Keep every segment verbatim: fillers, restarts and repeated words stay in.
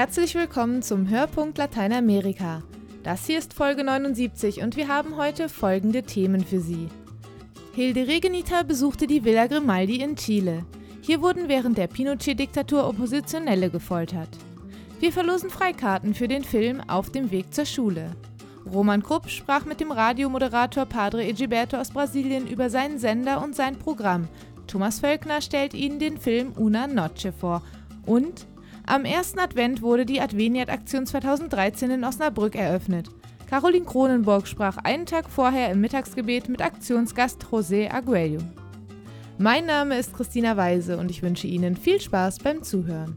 Herzlich willkommen zum Hörpunkt Lateinamerika. Das hier ist Folge neunundsiebzig und wir haben heute folgende Themen für Sie. Hilde Regenita besuchte die Villa Grimaldi in Chile. Hier wurden während der Pinochet-Diktatur Oppositionelle gefoltert. Wir verlosen Freikarten für den Film Auf dem Weg zur Schule. Roman Krupp sprach mit dem Radiomoderator Padre Egilberto aus Brasilien über seinen Sender und sein Programm. Thomas Völkner stellt Ihnen den Film Una Noche vor. Und am ersten Advent wurde die Adveniat-Aktion zweitausenddreizehn in Osnabrück eröffnet. Caroline Kronenburg sprach einen Tag vorher im Mittagsgebet mit Aktionsgast José Arguello. Mein Name ist Christina Weise und ich wünsche Ihnen viel Spaß beim Zuhören.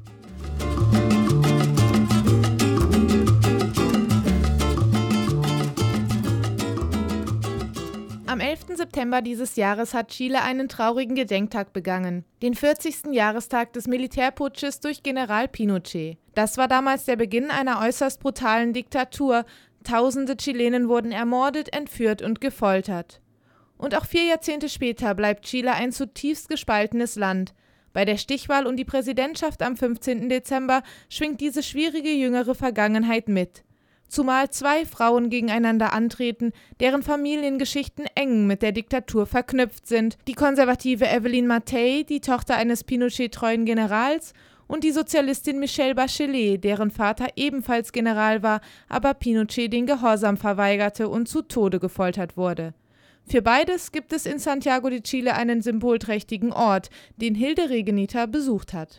Am elften September dieses Jahres hat Chile einen traurigen Gedenktag begangen, den vierzigsten Jahrestag des Militärputsches durch General Pinochet. Das war damals der Beginn einer äußerst brutalen Diktatur. Tausende Chilenen wurden ermordet, entführt und gefoltert. Und auch vier Jahrzehnte später bleibt Chile ein zutiefst gespaltenes Land. Bei der Stichwahl um die Präsidentschaft am fünfzehnten Dezember schwingt diese schwierige jüngere Vergangenheit mit. Zumal zwei Frauen gegeneinander antreten, deren Familiengeschichten eng mit der Diktatur verknüpft sind. Die konservative Evelyn Matthei, die Tochter eines Pinochet-treuen Generals, und die Sozialistin Michelle Bachelet, deren Vater ebenfalls General war, aber Pinochet den Gehorsam verweigerte und zu Tode gefoltert wurde. Für beides gibt es in Santiago de Chile einen symbolträchtigen Ort, den Hilde Regenita besucht hat.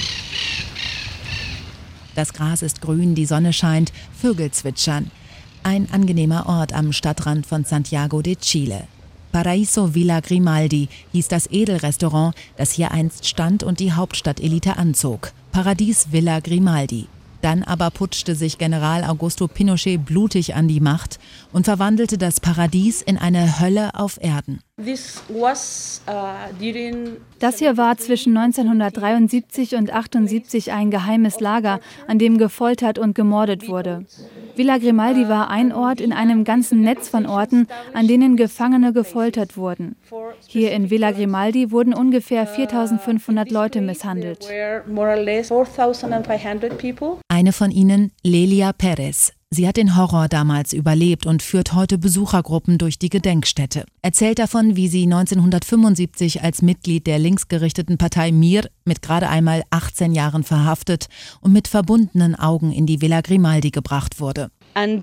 Das Gras ist grün, die Sonne scheint, Vögel zwitschern. Ein angenehmer Ort am Stadtrand von Santiago de Chile. Paraíso Villa Grimaldi hieß das Edelrestaurant, das hier einst stand und die Hauptstadtelite anzog. Paradies Villa Grimaldi. Dann aber putschte sich General Augusto Pinochet blutig an die Macht und verwandelte das Paradies in eine Hölle auf Erden. Das hier war zwischen neunzehnhundertdreiundsiebzig und achtundsiebzig ein geheimes Lager, an dem gefoltert und gemordet wurde. Villa Grimaldi war ein Ort in einem ganzen Netz von Orten, an denen Gefangene gefoltert wurden. Hier in Villa Grimaldi wurden ungefähr viertausendfünfhundert Leute misshandelt. Eine von ihnen, Lelia Perez. Sie hat den Horror damals überlebt und führt heute Besuchergruppen durch die Gedenkstätte. Erzählt davon, wie sie neunzehnhundertfünfundsiebzig als Mitglied der linksgerichteten Partei M I R mit gerade einmal achtzehn Jahren verhaftet und mit verbundenen Augen in die Villa Grimaldi gebracht wurde.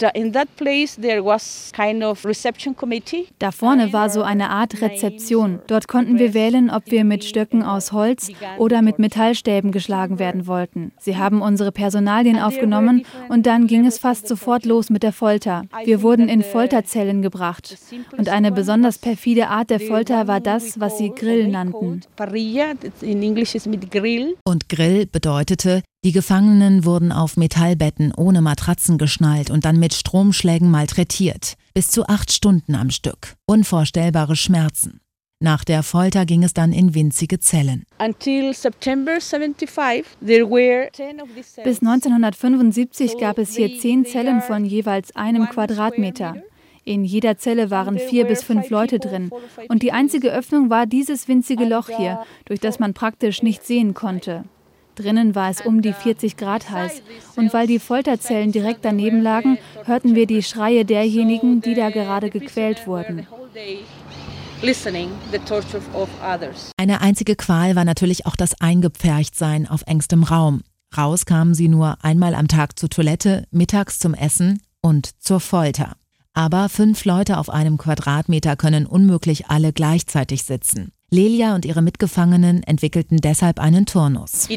Da vorne war so eine Art Rezeption. Dort konnten wir wählen, ob wir mit Stöcken aus Holz oder mit Metallstäben geschlagen werden wollten. Sie haben unsere Personalien aufgenommen und dann ging es fast sofort los mit der Folter. Wir wurden in Folterzellen gebracht. Und eine besonders perfide Art der Folter war das, was sie Grill nannten. Und Grill bedeutete, die Gefangenen wurden auf Metallbetten ohne Matratzen geschnallt und dann mit Stromschlägen malträtiert. Bis zu acht Stunden am Stück. Unvorstellbare Schmerzen. Nach der Folter ging es dann in winzige Zellen. Bis neunzehnhundertfünfundsiebzig gab es hier zehn Zellen von jeweils einem Quadratmeter. In jeder Zelle waren vier bis fünf Leute drin. Und die einzige Öffnung war dieses winzige Loch hier, durch das man praktisch nichts sehen konnte. Drinnen war es um die vierzig Grad heiß. Und weil die Folterzellen direkt daneben lagen, hörten wir die Schreie derjenigen, die da gerade gequält wurden. Eine einzige Qual war natürlich auch das Eingepferchtsein auf engstem Raum. Raus kamen sie nur einmal am Tag zur Toilette, mittags zum Essen und zur Folter. Aber fünf Leute auf einem Quadratmeter können unmöglich alle gleichzeitig sitzen. Lelia und ihre Mitgefangenen entwickelten deshalb einen Turnus.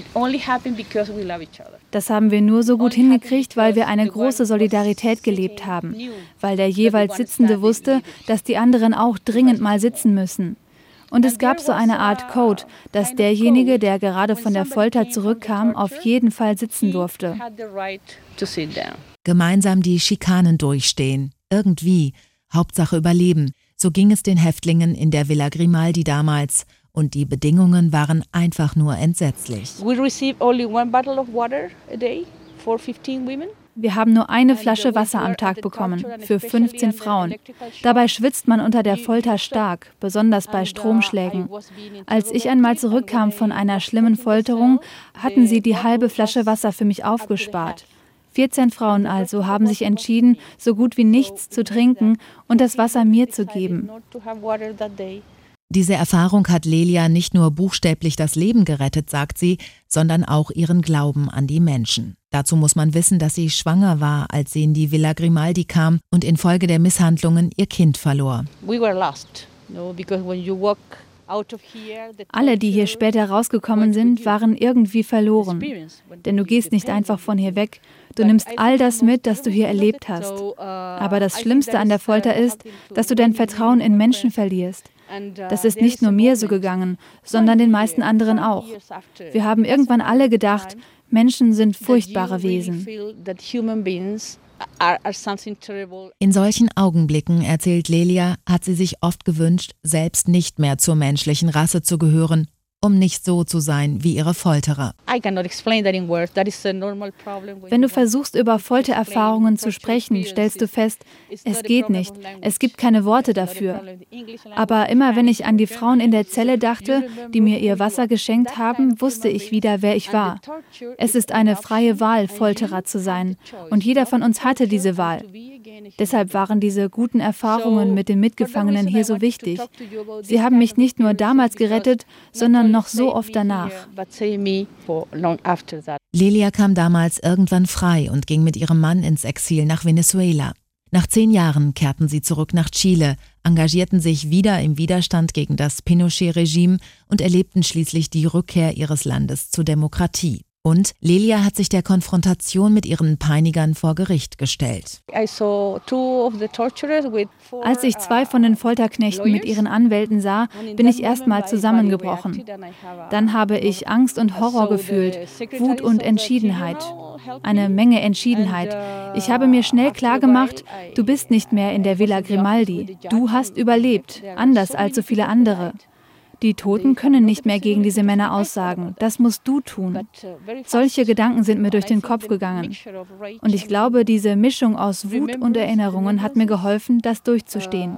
Das haben wir nur so gut hingekriegt, weil wir eine große Solidarität gelebt haben. Weil der jeweils Sitzende wusste, dass die anderen auch dringend mal sitzen müssen. Und es gab so eine Art Code, dass derjenige, der gerade von der Folter zurückkam, auf jeden Fall sitzen durfte. Gemeinsam die Schikanen durchstehen. Irgendwie. Hauptsache überleben. So ging es den Häftlingen in der Villa Grimaldi damals. Und die Bedingungen waren einfach nur entsetzlich. Wir haben nur eine Flasche Wasser am Tag bekommen, für fünfzehn Frauen. Dabei schwitzt man unter der Folter stark, besonders bei Stromschlägen. Als ich einmal zurückkam von einer schlimmen Folterung, hatten sie die halbe Flasche Wasser für mich aufgespart. vierzehn Frauen also haben sich entschieden, so gut wie nichts zu trinken und das Wasser mir zu geben. Diese Erfahrung hat Lelia nicht nur buchstäblich das Leben gerettet, sagt sie, sondern auch ihren Glauben an die Menschen. Dazu muss man wissen, dass sie schwanger war, als sie in die Villa Grimaldi kam und infolge der Misshandlungen ihr Kind verlor. Alle, die hier später rausgekommen sind, waren irgendwie verloren. Denn du gehst nicht einfach von hier weg. Du nimmst all das mit, das du hier erlebt hast. Aber das Schlimmste an der Folter ist, dass du dein Vertrauen in Menschen verlierst. Das ist nicht nur mir so gegangen, sondern den meisten anderen auch. Wir haben irgendwann alle gedacht, Menschen sind furchtbare Wesen. In solchen Augenblicken, erzählt Lelia, hat sie sich oft gewünscht, selbst nicht mehr zur menschlichen Rasse zu gehören, um nicht so zu sein wie ihre Folterer. Wenn du versuchst, über Foltererfahrungen zu sprechen, stellst du fest, es geht nicht. Es gibt keine Worte dafür. Aber immer wenn ich an die Frauen in der Zelle dachte, die mir ihr Wasser geschenkt haben, wusste ich wieder, wer ich war. Es ist eine freie Wahl, Folterer zu sein. Und jeder von uns hatte diese Wahl. Deshalb waren diese guten Erfahrungen mit den Mitgefangenen hier so wichtig. Sie haben mich nicht nur damals gerettet, sondern noch so oft danach. Lelia kam damals irgendwann frei und ging mit ihrem Mann ins Exil nach Venezuela. Nach zehn Jahren kehrten sie zurück nach Chile, engagierten sich wieder im Widerstand gegen das Pinochet-Regime und erlebten schließlich die Rückkehr ihres Landes zur Demokratie. Und Lelia hat sich der Konfrontation mit ihren Peinigern vor Gericht gestellt. Als ich zwei von den Folterknechten mit ihren Anwälten sah, bin ich erstmal zusammengebrochen. Dann habe ich Angst und Horror gefühlt, Wut und Entschiedenheit. Eine Menge Entschiedenheit. Ich habe mir schnell klargemacht, du bist nicht mehr in der Villa Grimaldi. Du hast überlebt, anders als so viele andere. Die Toten können nicht mehr gegen diese Männer aussagen. Das musst du tun. Solche Gedanken sind mir durch den Kopf gegangen. Und ich glaube, diese Mischung aus Wut und Erinnerungen hat mir geholfen, das durchzustehen.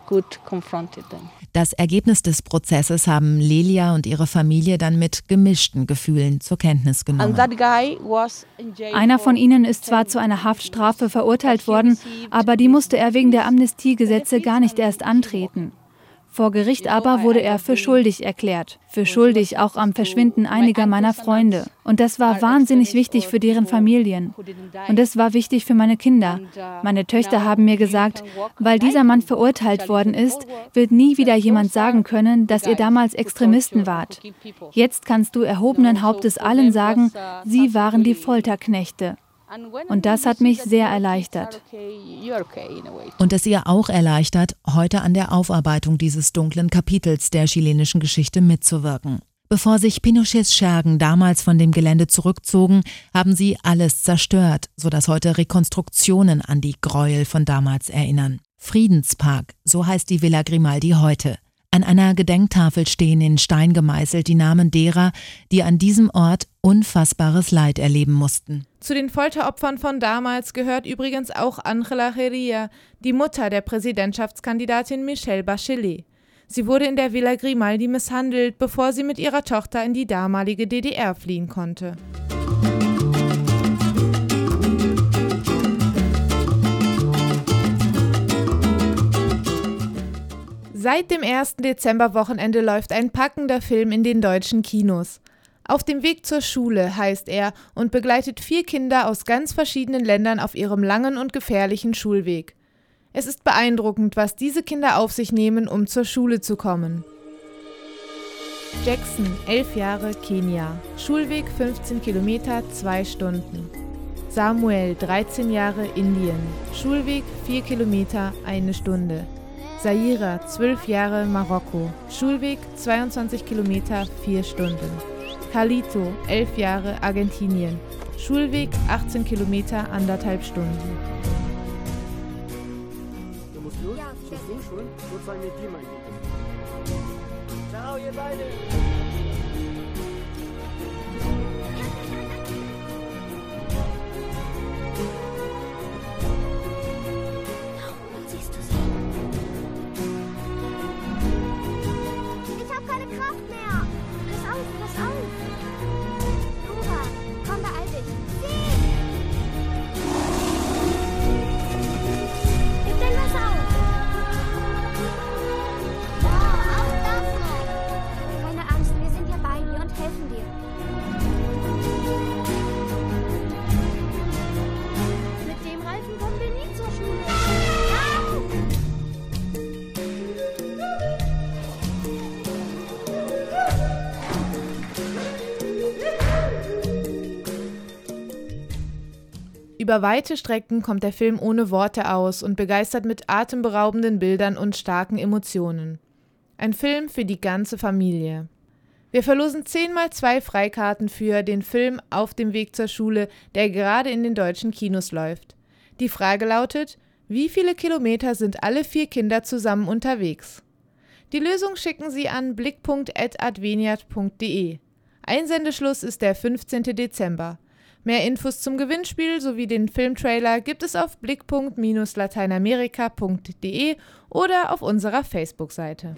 Das Ergebnis des Prozesses haben Lelia und ihre Familie dann mit gemischten Gefühlen zur Kenntnis genommen. Einer von ihnen ist zwar zu einer Haftstrafe verurteilt worden, aber die musste er wegen der Amnestiegesetze gar nicht erst antreten. Vor Gericht aber wurde er für schuldig erklärt, für schuldig auch am Verschwinden einiger meiner Freunde. Und das war wahnsinnig wichtig für deren Familien. Und es war wichtig für meine Kinder. Meine Töchter haben mir gesagt, weil dieser Mann verurteilt worden ist, wird nie wieder jemand sagen können, dass ihr damals Extremisten wart. Jetzt kannst du erhobenen Hauptes allen sagen, sie waren die Folterknechte. Und das hat mich sehr erleichtert. Und es ihr auch erleichtert, heute an der Aufarbeitung dieses dunklen Kapitels der chilenischen Geschichte mitzuwirken. Bevor sich Pinochets Schergen damals von dem Gelände zurückzogen, haben sie alles zerstört, sodass heute Rekonstruktionen an die Gräuel von damals erinnern. Friedenspark, so heißt die Villa Grimaldi heute. An einer Gedenktafel stehen in Stein gemeißelt die Namen derer, die an diesem Ort unfassbares Leid erleben mussten. Zu den Folteropfern von damals gehört übrigens auch Ángela Heredia, die Mutter der Präsidentschaftskandidatin Michelle Bachelet. Sie wurde in der Villa Grimaldi misshandelt, bevor sie mit ihrer Tochter in die damalige D D R fliehen konnte. Seit dem ersten Dezemberwochenende läuft ein packender Film in den deutschen Kinos. Auf dem Weg zur Schule heißt er und begleitet vier Kinder aus ganz verschiedenen Ländern auf ihrem langen und gefährlichen Schulweg. Es ist beeindruckend, was diese Kinder auf sich nehmen, um zur Schule zu kommen. Jackson, elf Jahre, Kenia. Schulweg fünfzehn Kilometer, zwei Stunden. Samuel, dreizehn Jahre, Indien. Schulweg vier Kilometer, eine Stunde. Zaira, zwölf Jahre, Marokko. Schulweg zweiundzwanzig Kilometer, vier Stunden. Carlito, elf Jahre, Argentinien. Schulweg achtzehn Kilometer, anderthalb Stunden. Du musst los, zum Schulschulen, sozusagen mit dir, mein Liebes. Ciao, ihr beide! Über weite Strecken kommt der Film ohne Worte aus und begeistert mit atemberaubenden Bildern und starken Emotionen. Ein Film für die ganze Familie. Wir verlosen zehn mal zwei Freikarten für den Film Auf dem Weg zur Schule, der gerade in den deutschen Kinos läuft. Die Frage lautet: Wie viele Kilometer sind alle vier Kinder zusammen unterwegs? Die Lösung schicken Sie an blickpunkt at adveniat punkt de. Einsendeschluss ist der fünfzehnten Dezember. Mehr Infos zum Gewinnspiel sowie den Filmtrailer gibt es auf blickpunkt lateinamerika punkt de oder auf unserer Facebook-Seite.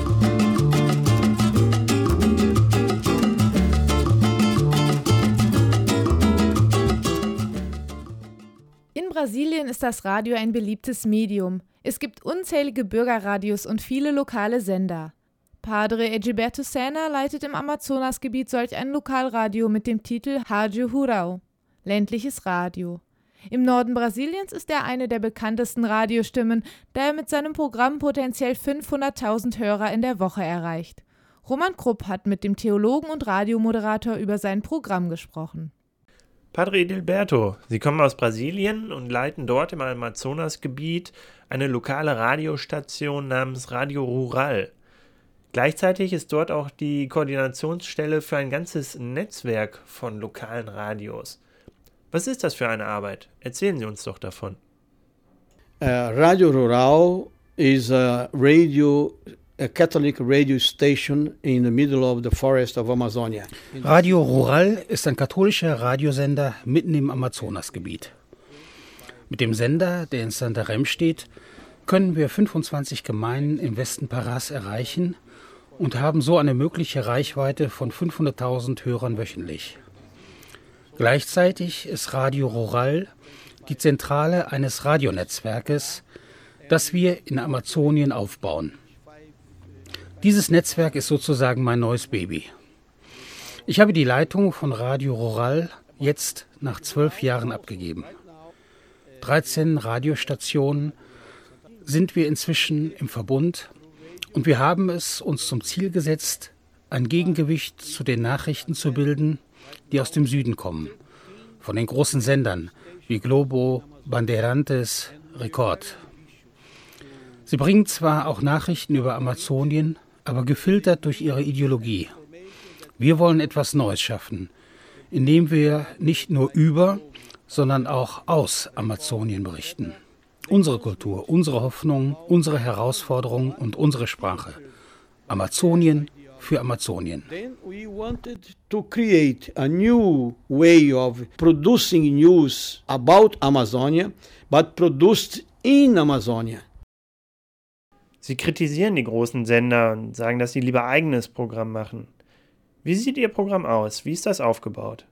In Brasilien ist das Radio ein beliebtes Medium. Es gibt unzählige Bürgerradios und viele lokale Sender. Padre Egilberto Senna leitet im Amazonasgebiet solch ein Lokalradio mit dem Titel Rádio Rural, ländliches Radio. Im Norden Brasiliens ist er eine der bekanntesten Radiostimmen, da er mit seinem Programm potenziell fünfhunderttausend Hörer in der Woche erreicht. Roman Krupp hat mit dem Theologen und Radiomoderator über sein Programm gesprochen. Padre Egilberto, Sie kommen aus Brasilien und leiten dort im Amazonasgebiet eine lokale Radiostation namens Radio Rural. Gleichzeitig ist dort auch die Koordinationsstelle für ein ganzes Netzwerk von lokalen Radios. Was ist das für eine Arbeit? Erzählen Sie uns doch davon. Uh, Radio Rural is a radio, a Catholic radio station in the middle of the forest of Amazonia. Radio Rural ist ein katholischer Radiosender mitten im Amazonasgebiet. Mit dem Sender, der in Santarém steht, können wir fünfundzwanzig Gemeinden im Westen Parás erreichen und haben so eine mögliche Reichweite von fünfhunderttausend Hörern wöchentlich. Gleichzeitig ist Radio Rural die Zentrale eines Radionetzwerkes, das wir in Amazonien aufbauen. Dieses Netzwerk ist sozusagen mein neues Baby. Ich habe die Leitung von Radio Rural jetzt nach zwölf Jahren abgegeben. dreizehn Radiostationen sind wir inzwischen im Verbund und wir haben es uns zum Ziel gesetzt, ein Gegengewicht zu den Nachrichten zu bilden, die aus dem Süden kommen, von den großen Sendern wie Globo, Bandeirantes, Record. Sie bringen zwar auch Nachrichten über Amazonien, aber gefiltert durch ihre Ideologie. Wir wollen etwas Neues schaffen, indem wir nicht nur über, sondern auch aus Amazonien berichten. Unsere Kultur, unsere Hoffnung, unsere Herausforderungen und unsere Sprache. Amazonien für Amazonien. Then we wanted to create a new way of producing news about Amazonia, but produced in Amazonia. Sie kritisieren die großen Sender und sagen, dass sie lieber eigenes Programm machen. Wie sieht Ihr Programm aus? Wie ist das aufgebaut?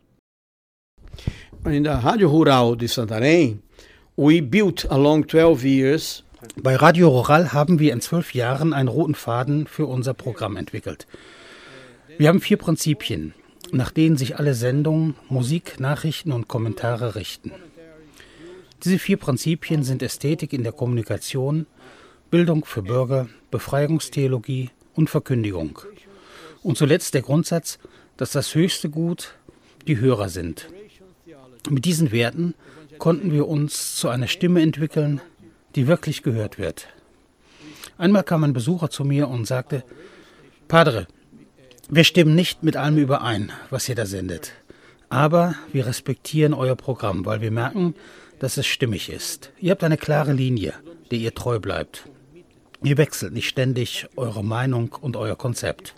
In der Radio Rural de Santarém, we built along twelve years. Bei Radio Rural haben wir in zwölf Jahren einen roten Faden für unser Programm entwickelt. Wir haben vier Prinzipien, nach denen sich alle Sendungen, Musik, Nachrichten und Kommentare richten. Diese vier Prinzipien sind Ästhetik in der Kommunikation, Bildung für Bürger, Befreiungstheologie und Verkündigung. Und zuletzt der Grundsatz, dass das höchste Gut die Hörer sind. Mit diesen Werten konnten wir uns zu einer Stimme entwickeln, die wirklich gehört wird. Einmal kam ein Besucher zu mir und sagte: Padre, wir stimmen nicht mit allem überein, was ihr da sendet. Aber wir respektieren euer Programm, weil wir merken, dass es stimmig ist. Ihr habt eine klare Linie, der ihr treu bleibt. Ihr wechselt nicht ständig eure Meinung und euer Konzept.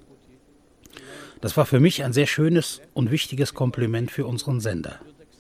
Das war für mich ein sehr schönes und wichtiges Kompliment für unseren Sender.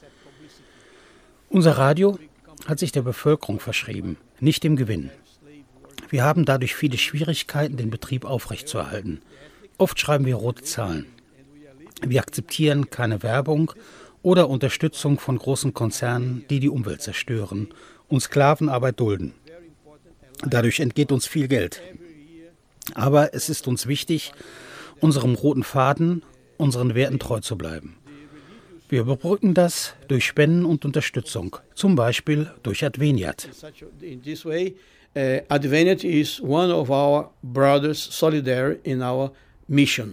Unser Radio hat sich der Bevölkerung verschrieben, nicht dem Gewinn. Wir haben dadurch viele Schwierigkeiten, den Betrieb aufrechtzuerhalten. Oft schreiben wir rote Zahlen. Wir akzeptieren keine Werbung oder Unterstützung von großen Konzernen, die die Umwelt zerstören und Sklavenarbeit dulden. Dadurch entgeht uns viel Geld. Aber es ist uns wichtig, unserem roten Faden, unseren Werten treu zu bleiben. Wir überbrücken das durch Spenden und Unterstützung, zum Beispiel durch Adveniat. In this way, uh, Adveniat is one of our brothers solidarity in our mission.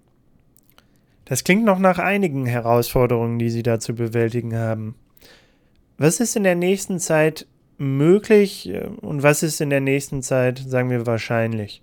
Das klingt noch nach einigen Herausforderungen, die Sie da zu bewältigen haben. Was ist in der nächsten Zeit möglich und was ist in der nächsten Zeit, sagen wir, wahrscheinlich?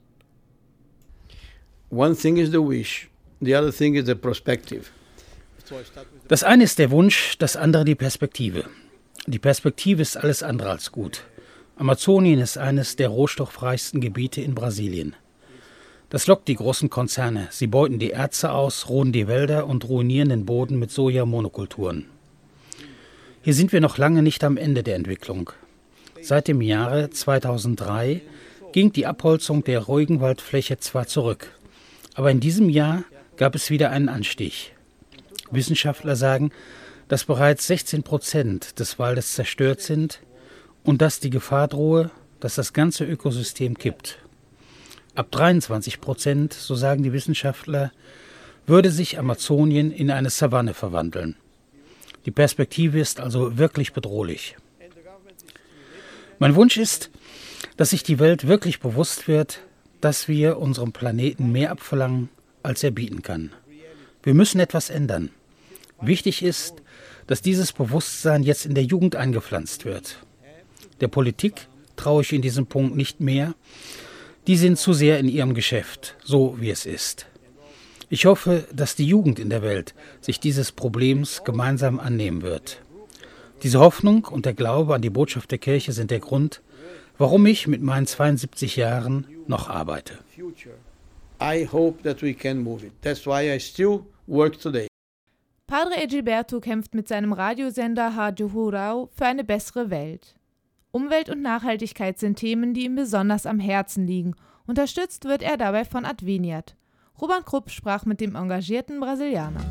One thing is the wish, the other thing is the perspective. Das eine ist der Wunsch, das andere die Perspektive. Die Perspektive ist alles andere als gut. Amazonien ist eines der rohstoffreichsten Gebiete in Brasilien. Das lockt die großen Konzerne. Sie beuten die Erze aus, roden die Wälder und ruinieren den Boden mit Sojamonokulturen. Hier sind wir noch lange nicht am Ende der Entwicklung. Seit dem Jahre zweitausenddrei ging die Abholzung der Regenwaldfläche zwar zurück, aber in diesem Jahr gab es wieder einen Anstieg. Wissenschaftler sagen, dass bereits sechzehn Prozent des Waldes zerstört sind und dass die Gefahr drohe, dass das ganze Ökosystem kippt. Ab dreiundzwanzig Prozent, so sagen die Wissenschaftler, würde sich Amazonien in eine Savanne verwandeln. Die Perspektive ist also wirklich bedrohlich. Mein Wunsch ist, dass sich die Welt wirklich bewusst wird, dass wir unserem Planeten mehr abverlangen, als er bieten kann. Wir müssen etwas ändern. Wichtig ist, dass dieses Bewusstsein jetzt in der Jugend eingepflanzt wird. Der Politik traue ich in diesem Punkt nicht mehr. Die sind zu sehr in ihrem Geschäft, so wie es ist. Ich hoffe, dass die Jugend in der Welt sich dieses Problems gemeinsam annehmen wird. Diese Hoffnung und der Glaube an die Botschaft der Kirche sind der Grund, warum ich mit meinen zweiundsiebzig Jahren noch arbeite. I hope that we can move it. That's why I still work today. Padre Egilberto kämpft mit seinem Radiosender Rádio Rural für eine bessere Welt. Umwelt und Nachhaltigkeit sind Themen, die ihm besonders am Herzen liegen. Unterstützt wird er dabei von Adveniat. Robert Krupp sprach mit dem engagierten Brasilianer.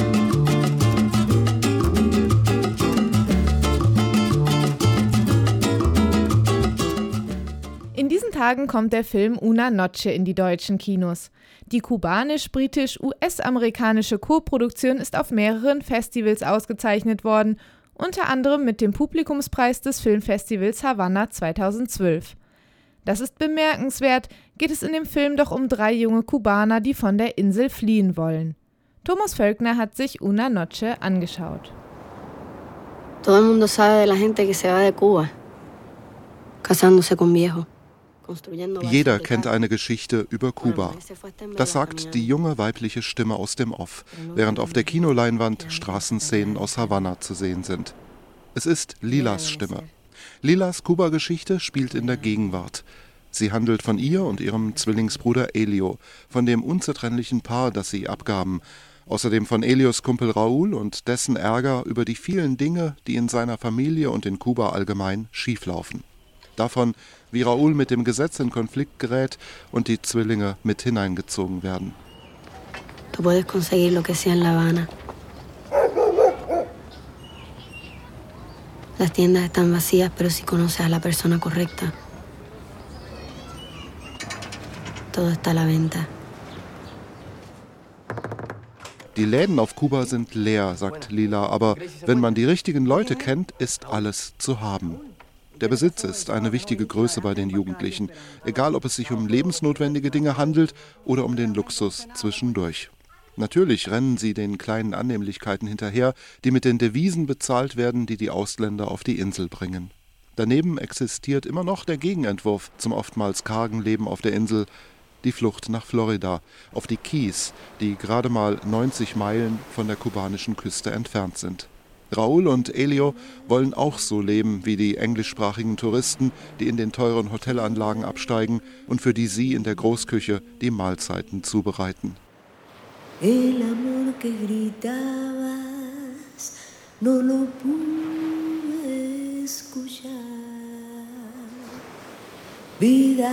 In diesen Tagen kommt der Film Una Noche in die deutschen Kinos. Die kubanisch-britisch-U S-amerikanische Co-Produktion ist auf mehreren Festivals ausgezeichnet worden, unter anderem mit dem Publikumspreis des Filmfestivals Havanna zweitausendzwölf. Das ist bemerkenswert, geht es in dem Film doch um drei junge Kubaner, die von der Insel fliehen wollen. Thomas Völkner hat sich Una Noche angeschaut. Todo el mundo sabe de la gente que se va de Cuba, casándose con viejos. Jeder kennt eine Geschichte über Kuba. Das sagt die junge weibliche Stimme aus dem Off, während auf der Kinoleinwand Straßenszenen aus Havanna zu sehen sind. Es ist Lilas Stimme. Lilas Kuba-Geschichte spielt in der Gegenwart. Sie handelt von ihr und ihrem Zwillingsbruder Elio, von dem unzertrennlichen Paar, das sie abgaben. Außerdem von Elios Kumpel Raúl und dessen Ärger über die vielen Dinge, die in seiner Familie und in Kuba allgemein schieflaufen. Davon, wie Raúl mit dem Gesetz in Konflikt gerät und die Zwillinge mit hineingezogen werden. Du puedes conseguir lo que sea en La Habana. Las tiendas están vacías, pero si conoces a la persona correcta, todo está a la venta. Die Läden auf Kuba sind leer, sagt Lila, aber wenn man die richtigen Leute kennt, ist alles zu haben. Der Besitz ist eine wichtige Größe bei den Jugendlichen, egal ob es sich um lebensnotwendige Dinge handelt oder um den Luxus zwischendurch. Natürlich rennen sie den kleinen Annehmlichkeiten hinterher, die mit den Devisen bezahlt werden, die die Ausländer auf die Insel bringen. Daneben existiert immer noch der Gegenentwurf zum oftmals kargen Leben auf der Insel, die Flucht nach Florida, auf die Keys, die gerade mal neunzig Meilen von der kubanischen Küste entfernt sind. Raúl und Elio wollen auch so leben wie die englischsprachigen Touristen, die in den teuren Hotelanlagen absteigen und für die sie in der Großküche die Mahlzeiten zubereiten. El amor que gritabas, no lo pude escuchar. Vida,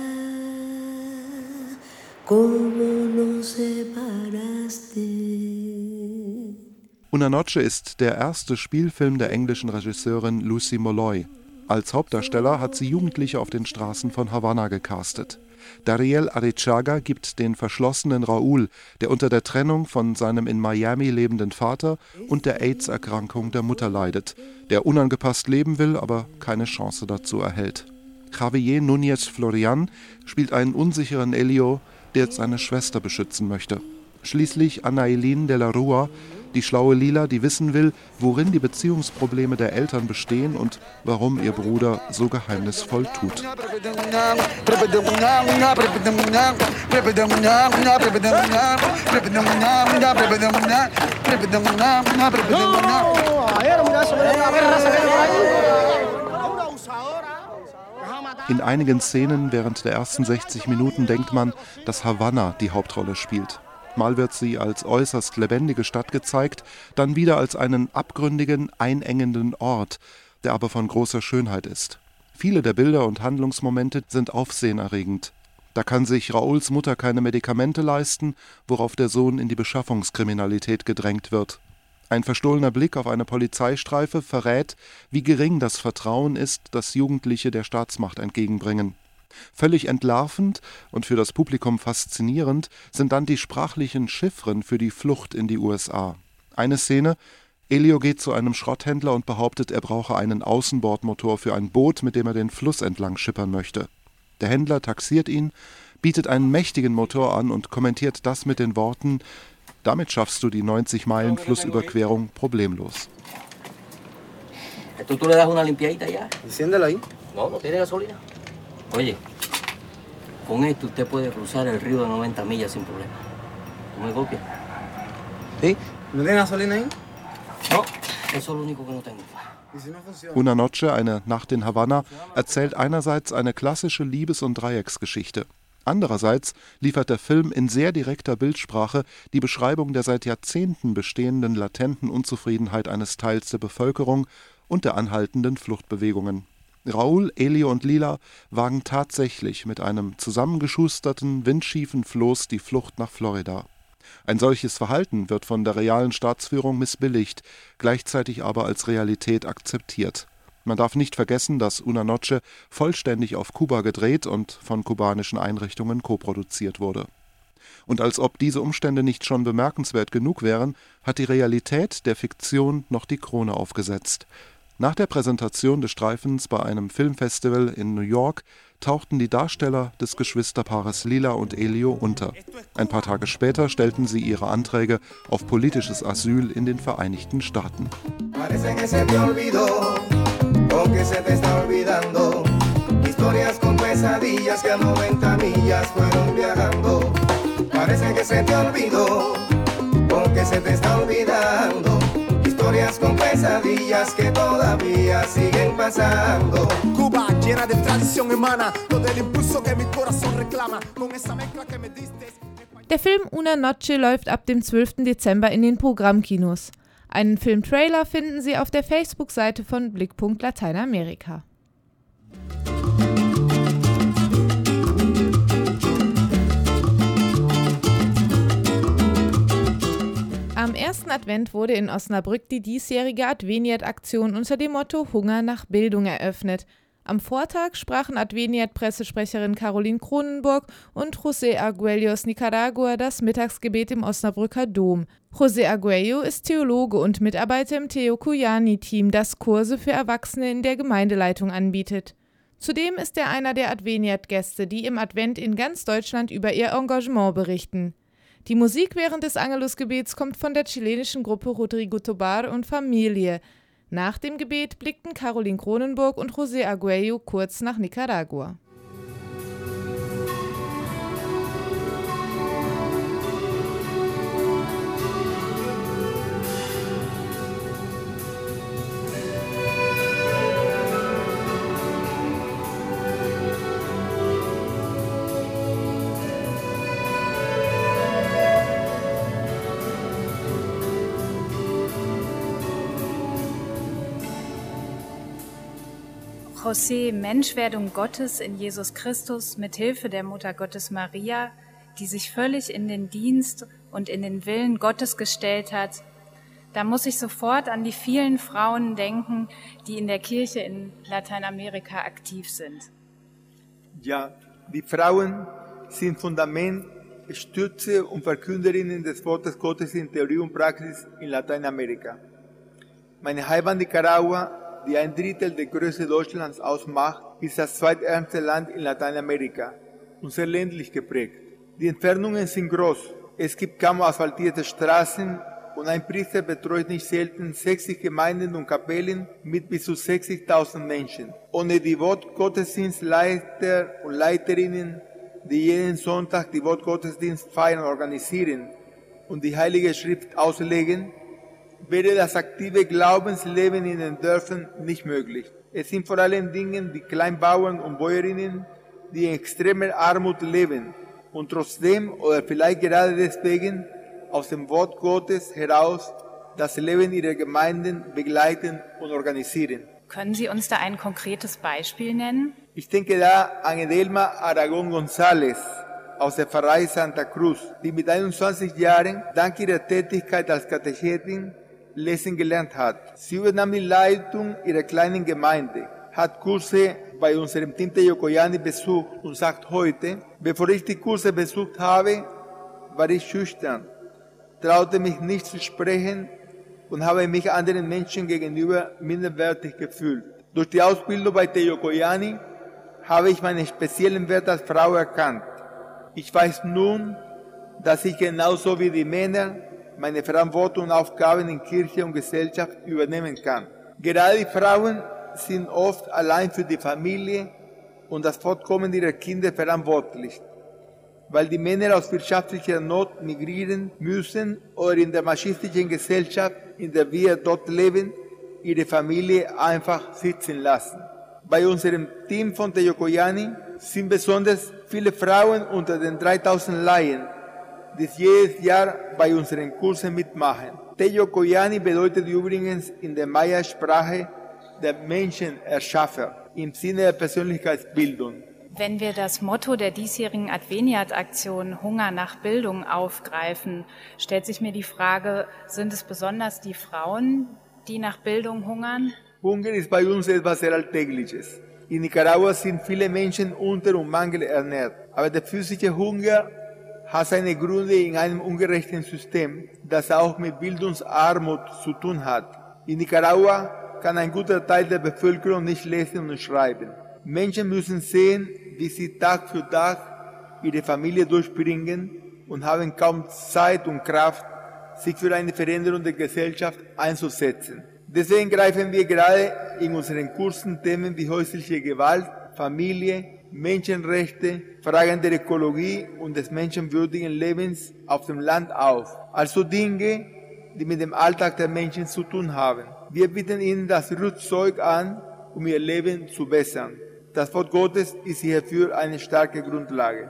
como nos separaste. Una Noche ist der erste Spielfilm der englischen Regisseurin Lucy Molloy. Als Hauptdarsteller hat sie Jugendliche auf den Straßen von Havanna gecastet. Dariel Arrichaga gibt den verschlossenen Raúl, der unter der Trennung von seinem in Miami lebenden Vater und der AIDS-Erkrankung der Mutter leidet, der unangepasst leben will, aber keine Chance dazu erhält. Javier Núñez Florian spielt einen unsicheren Elio, der seine Schwester beschützen möchte. Schließlich Anaelín de la Rúa, Die schlaue Lila, die wissen will, worin die Beziehungsprobleme der Eltern bestehen und warum ihr Bruder so geheimnisvoll tut. In einigen Szenen während der ersten sechzig Minuten denkt man, dass Havanna die Hauptrolle spielt. Mal wird sie als äußerst lebendige Stadt gezeigt, dann wieder als einen abgründigen, einengenden Ort, der aber von großer Schönheit ist. Viele der Bilder und Handlungsmomente sind aufsehenerregend. Da kann sich Raúls Mutter keine Medikamente leisten, worauf der Sohn in die Beschaffungskriminalität gedrängt wird. Ein verstohlener Blick auf eine Polizeistreife verrät, wie gering das Vertrauen ist, das Jugendliche der Staatsmacht entgegenbringen. Völlig entlarvend und für das Publikum faszinierend sind dann die sprachlichen Chiffren für die Flucht in die U S A. Eine Szene: Elio geht zu einem Schrotthändler und behauptet, er brauche einen Außenbordmotor für ein Boot, mit dem er den Fluss entlang schippern möchte. Der Händler taxiert ihn, bietet einen mächtigen Motor an und kommentiert das mit den Worten: Damit schaffst du die neunzig Meilen Flussüberquerung problemlos. ¿Tú, tú le das una limpiadita ya? Enciéndela ahí. No, no tiene gasolina. Oye, con esto usted puede cruzar el río de noventa millas sin problema. ¿Tú me copias? ¿Sí? ¿No tiene gasolina ahí? No, eso es lo único que no tengo. Una Noche, eine Nacht in Havanna, erzählt einerseits eine klassische Liebes- und Dreiecksgeschichte. Andererseits liefert der Film in sehr direkter Bildsprache die Beschreibung der seit Jahrzehnten bestehenden latenten Unzufriedenheit eines Teils der Bevölkerung und der anhaltenden Fluchtbewegungen. Raúl, Elio und Lila wagen tatsächlich mit einem zusammengeschusterten, windschiefen Floß die Flucht nach Florida. Ein solches Verhalten wird von der realen Staatsführung missbilligt, gleichzeitig aber als Realität akzeptiert. Man darf nicht vergessen, dass Una Noche vollständig auf Kuba gedreht und von kubanischen Einrichtungen koproduziert wurde. Und als ob diese Umstände nicht schon bemerkenswert genug wären, hat die Realität der Fiktion noch die Krone aufgesetzt. Nach der Präsentation des Streifens bei einem Filmfestival in New York tauchten die Darsteller des Geschwisterpaares Lila und Elio unter. Ein paar Tage später stellten sie ihre Anträge auf politisches Asyl in den Vereinigten Staaten. Historias con pesadillas que todavía siguen pasando. Cuba llena de tradición humana, todo el impulso que mi corazón reclama, con esa mezcla que me diste. Der Film Una Noche läuft ab dem zwölften Dezember in den Programmkinos. Einen Filmtrailer finden Sie auf der Facebook-Seite von Blickpunkt Lateinamerika. Am ersten Advent wurde in Osnabrück die diesjährige Adveniat-Aktion unter dem Motto Hunger nach Bildung eröffnet. Am Vortag sprachen Adveniat-Pressesprecherin Caroline Kronenburg und José Arguellos Nicaragua das Mittagsgebet im Osnabrücker Dom. José Arguello ist Theologe und Mitarbeiter im Theo Kuyani-Team, das Kurse für Erwachsene in der Gemeindeleitung anbietet. Zudem ist er einer der Adveniat-Gäste, die im Advent in ganz Deutschland über ihr Engagement berichten. Die Musik während des Angelusgebets kommt von der chilenischen Gruppe Rodrigo Tobar und Familie. Nach dem Gebet blickten Caroline Kronenburg und José Arguello kurz nach Nicaragua. José, Menschwerdung Gottes in Jesus Christus mit Hilfe der Mutter Gottes Maria, die sich völlig in den Dienst und in den Willen Gottes gestellt hat, da muss ich sofort an die vielen Frauen denken, die in der Kirche in Lateinamerika aktiv sind. Ja, die Frauen sind Fundament, Stütze und Verkünderinnen des Wortes Gottes in Theorie und Praxis in Lateinamerika. Meine Heimat Nicaragua, die ein Drittel der Größe Deutschlands ausmacht, ist das zweitärmste Land in Lateinamerika und sehr ländlich geprägt. Die Entfernungen sind groß. Es gibt kaum asphaltierte Straßen, und ein Priester betreut nicht selten sechzig Gemeinden und Kapellen mit bis zu sechzigtausend Menschen. Ohne die Wortgottesdienstleiter und Leiterinnen, die jeden Sonntag die Wortgottesdienstfeiern organisieren und die Heilige Schrift auslegen, wäre das aktive Glaubensleben in den Dörfern nicht möglich. Es sind vor allen Dingen die Kleinbauern und Bäuerinnen, die in extremer Armut leben und trotzdem oder vielleicht gerade deswegen aus dem Wort Gottes heraus das Leben ihrer Gemeinden begleiten und organisieren. Können Sie uns da ein konkretes Beispiel nennen? Ich denke da an Edelma Aragon González aus der Pfarrei Santa Cruz, die mit einundzwanzig Jahren dank ihrer Tätigkeit als Katechetin lesen gelernt hat. Sie übernahm die Leitung ihrer kleinen Gemeinde, hat Kurse bei unserem Team Teyocoyani besucht und sagt heute, bevor ich die Kurse besucht habe, war ich schüchtern, traute mich nicht zu sprechen und habe mich anderen Menschen gegenüber minderwertig gefühlt. Durch die Ausbildung bei Teyocoyani habe ich meinen speziellen Wert als Frau erkannt. Ich weiß nun, dass ich genauso wie die Männer meine Verantwortung und Aufgaben in Kirche und Gesellschaft übernehmen kann. Gerade die Frauen sind oft allein für die Familie und das Fortkommen ihrer Kinder verantwortlich, weil die Männer aus wirtschaftlicher Not migrieren müssen oder in der maschistischen Gesellschaft, in der wir dort leben, ihre Familie einfach sitzen lassen. Bei unserem Team von Teyocoyani sind besonders viele Frauen unter den dreitausend Laien, die jedes Jahr bei unseren Kursen mitmachen. Teyocoyani bedeutet übrigens in der Maya-Sprache der Menschenerschaffer im Sinne der Persönlichkeitsbildung. Wenn wir das Motto der diesjährigen Adveniat-Aktion Hunger nach Bildung aufgreifen, stellt sich mir die Frage, sind es besonders die Frauen, die nach Bildung hungern? Hunger ist bei uns etwas sehr Alltägliches. In Nicaragua sind viele Menschen unter- und mangelernährt, aber der physische Hunger hat seine Gründe in einem ungerechten System, das auch mit Bildungsarmut zu tun hat. In Nicaragua kann ein guter Teil der Bevölkerung nicht lesen und schreiben. Menschen müssen sehen, wie sie Tag für Tag ihre Familie durchbringen und haben kaum Zeit und Kraft, sich für eine Veränderung der Gesellschaft einzusetzen. Deswegen greifen wir gerade in unseren Kursen Themen wie häusliche Gewalt, Familie, Menschenrechte, Fragen der Ökologie und des menschenwürdigen Lebens auf dem Land auf. Also Dinge, die mit dem Alltag der Menschen zu tun haben. Wir bieten ihnen das Rüstzeug an, um ihr Leben zu bessern. Das Wort Gottes ist hierfür eine starke Grundlage.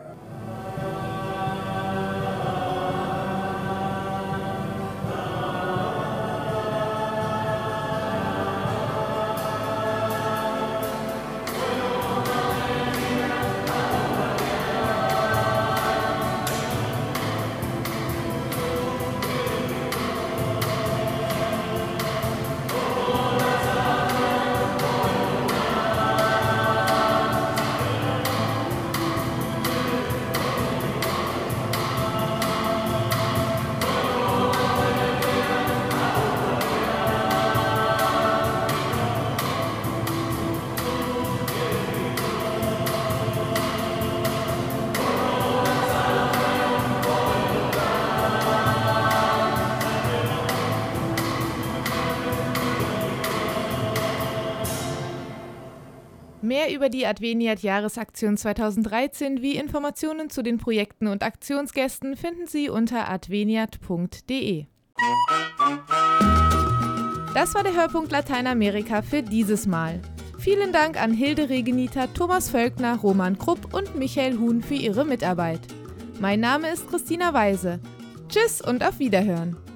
Mehr über die Adveniat-Jahresaktion zweitausenddreizehn wie Informationen zu den Projekten und Aktionsgästen finden Sie unter adveniat punkt de. Das war der Hörpunkt Lateinamerika für dieses Mal. Vielen Dank an Hilde Regenita, Thomas Völkner, Roman Krupp und Michael Huhn für ihre Mitarbeit. Mein Name ist Christina Weise. Tschüss und auf Wiederhören.